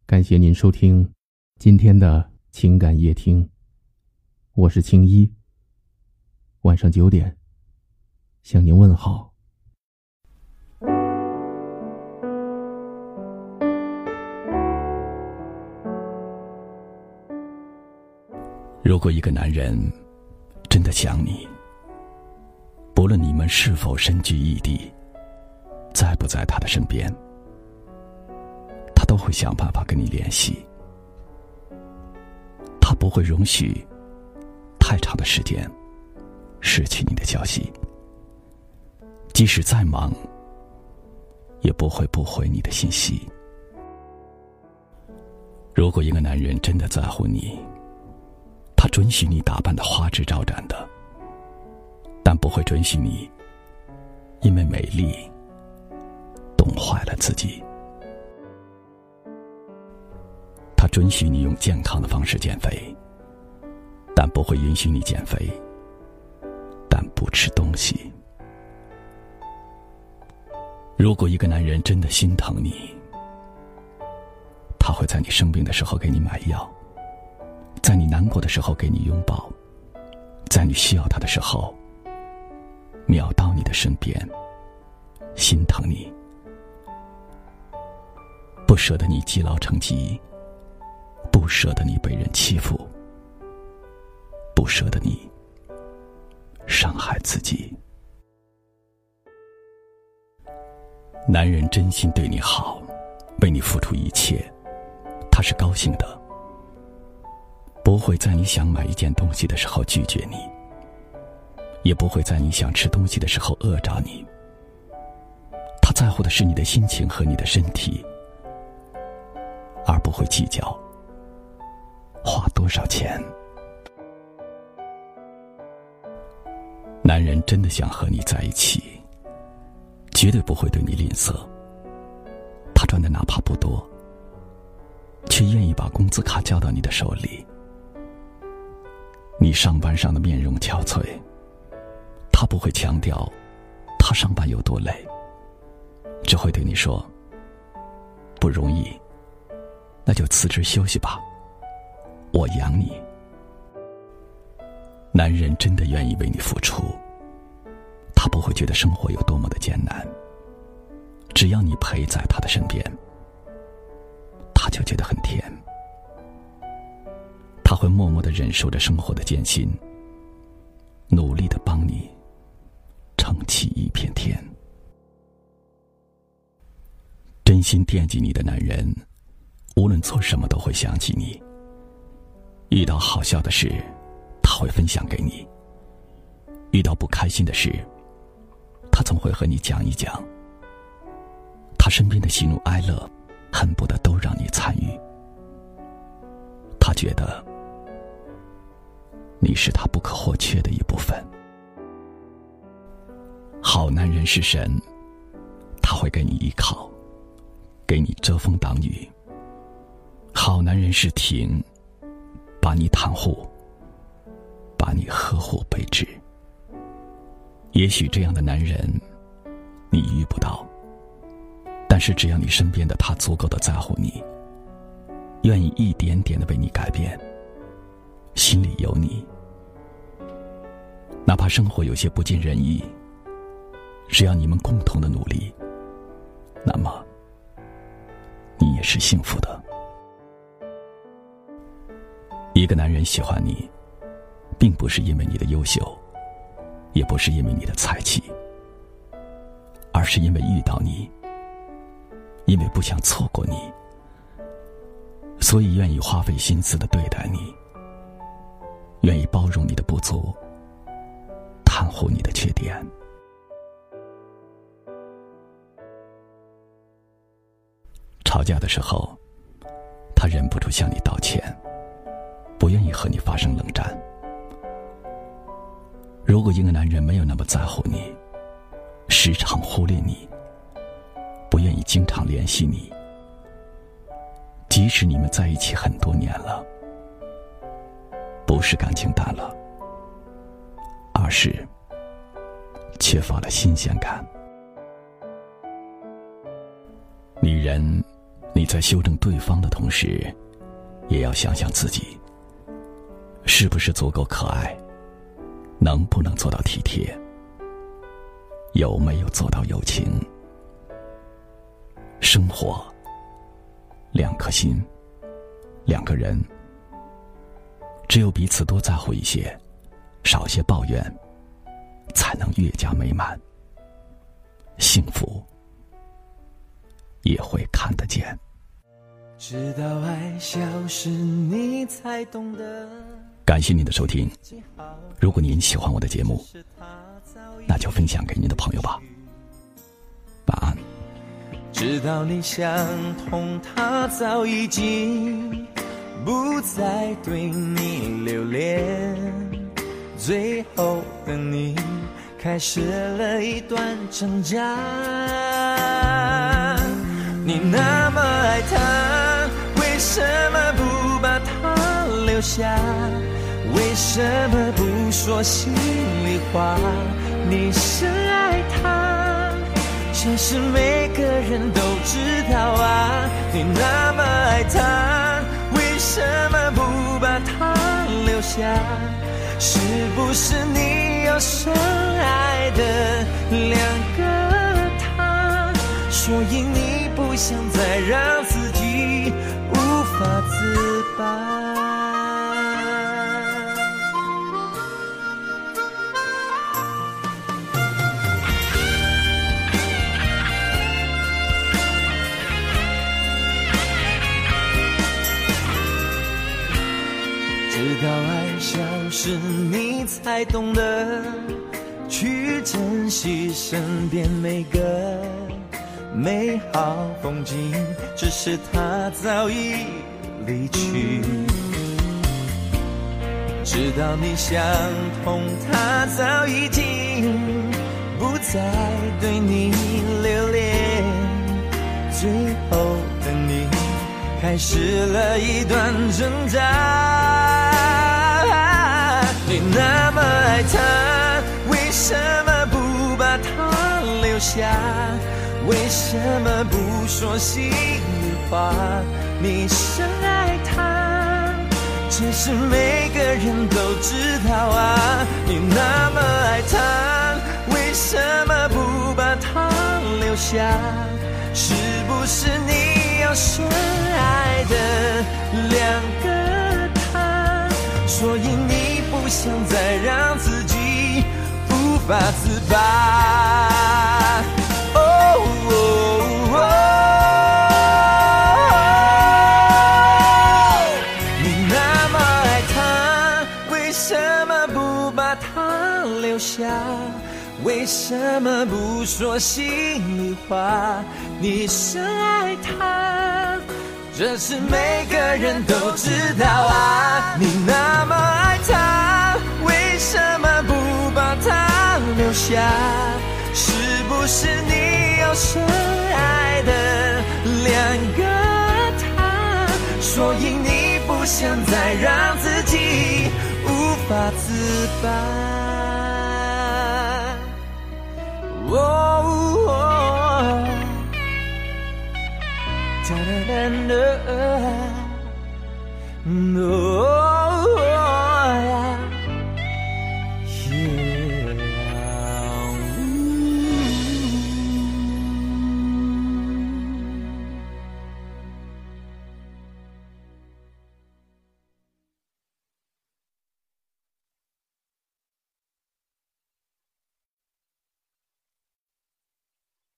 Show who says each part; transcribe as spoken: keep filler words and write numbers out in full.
Speaker 1: 感谢您收听今天的情感夜听，我是青衣，晚上九点向您问好。
Speaker 2: 如果一个男人真的想你，不论你们是否身居异地，在不在他的身边，他都会想办法跟你联系。他不会容许太长的时间失去你的消息，即使再忙也不会不回你的信息。如果一个男人真的在乎你，他准许你打扮得花枝招展的，但不会准许你因为美丽冻坏了自己。他准许你用健康的方式减肥，但不会允许你减肥但不吃东西。如果一个男人真的心疼你，他会在你生病的时候给你买药，在你难过的时候给你拥抱，在你需要他的时候秒到你的身边，心疼你，不舍得你积劳成疾，不舍得你被人欺负，不舍得你伤害自己。男人真心对你好，为你付出一切，他是高兴的，不会在你想买一件东西的时候拒绝你，也不会在你想吃东西的时候饿着你。他在乎的是你的心情和你的身体，而不会计较花多少钱。男人真的想和你在一起，绝对不会对你吝啬。他赚的哪怕不多，却愿意把工资卡交到你的手里。你上班上的面容憔悴，他不会强调他上班有多累，只会对你说，不容易，那就辞职休息吧，我养你。男人真的愿意为你付出，他不会觉得生活有多么的艰难，只要你陪在他的身边，他就觉得很甜。他会默默地忍受着生活的艰辛，努力地帮你撑起一片天。真心惦记你的男人，无论做什么都会想起你。遇到好笑的事，他会分享给你；遇到不开心的事，他总会和你讲一讲。他身边的喜怒哀乐，恨不得都让你参与。他觉得你是他不可或缺的一部分。好男人是神，他会给你依靠，给你遮风挡雨。好男人是亭，把你袒护，把你呵护备至。也许这样的男人你遇不到，但是只要你身边的他足够的在乎你，愿意一点点的为你改变，心里有你，哪怕生活有些不尽人意，只要你们共同的努力，那么你也是幸福的。一个男人喜欢你，并不是因为你的优秀，也不是因为你的才气，而是因为遇到你，因为不想错过你，所以愿意花费心思的对待你，愿意包容你的不足，袒护你的缺点。吵架的时候，他忍不住向你道歉，不愿意和你发生冷战。如果一个男人没有那么在乎你，时常忽略你，不愿意经常联系你，即使你们在一起很多年了，不是感情淡了，而是缺乏了新鲜感。女人，你你在修正对方的同时，也要想想自己是不是足够可爱，能不能做到体贴，有没有做到友情。生活，两颗心，两个人，只有彼此多在乎一些，少些抱怨，才能越加美满，幸福也会看得见。
Speaker 3: 直到爱消失，你才懂得。
Speaker 2: 感谢您的收听，如果您喜欢我的节目，那就分享给您的朋友吧。晚安。
Speaker 3: 直到你想通，他早已经不再对你留恋，最后的你开始了一段挣扎。你那么爱他，为什么不把他留下？为什么不说心里话？你深爱他，这是每个人都知道啊。你那么爱他，为什么不把他留下？是不是你有深爱的两个他，所以你不想再让自己无法自拔？直到爱消失，你才懂得去珍惜身边每个美好风景，只是他早已离去。直到你想通，他早已经不再对你留恋，最后的你开始了一段挣扎。你那么爱他，为什么不把他留下？为什么不说心里话？你深爱他，这是每个人都知道啊。你那么爱他，为什么不把他留下？是不是你有深爱的两个他，所以你不想再让自己无法自拔？哦哦哦，你那么爱他，为什么不把他留下？为什么不说心里话？你深爱他，这是每个人都知道啊。你那么爱他，为什么不把他留下？是不是你有深爱的两个他，所以你不想再让自己无法自拔？哦哦，哒哒哒哒，哦。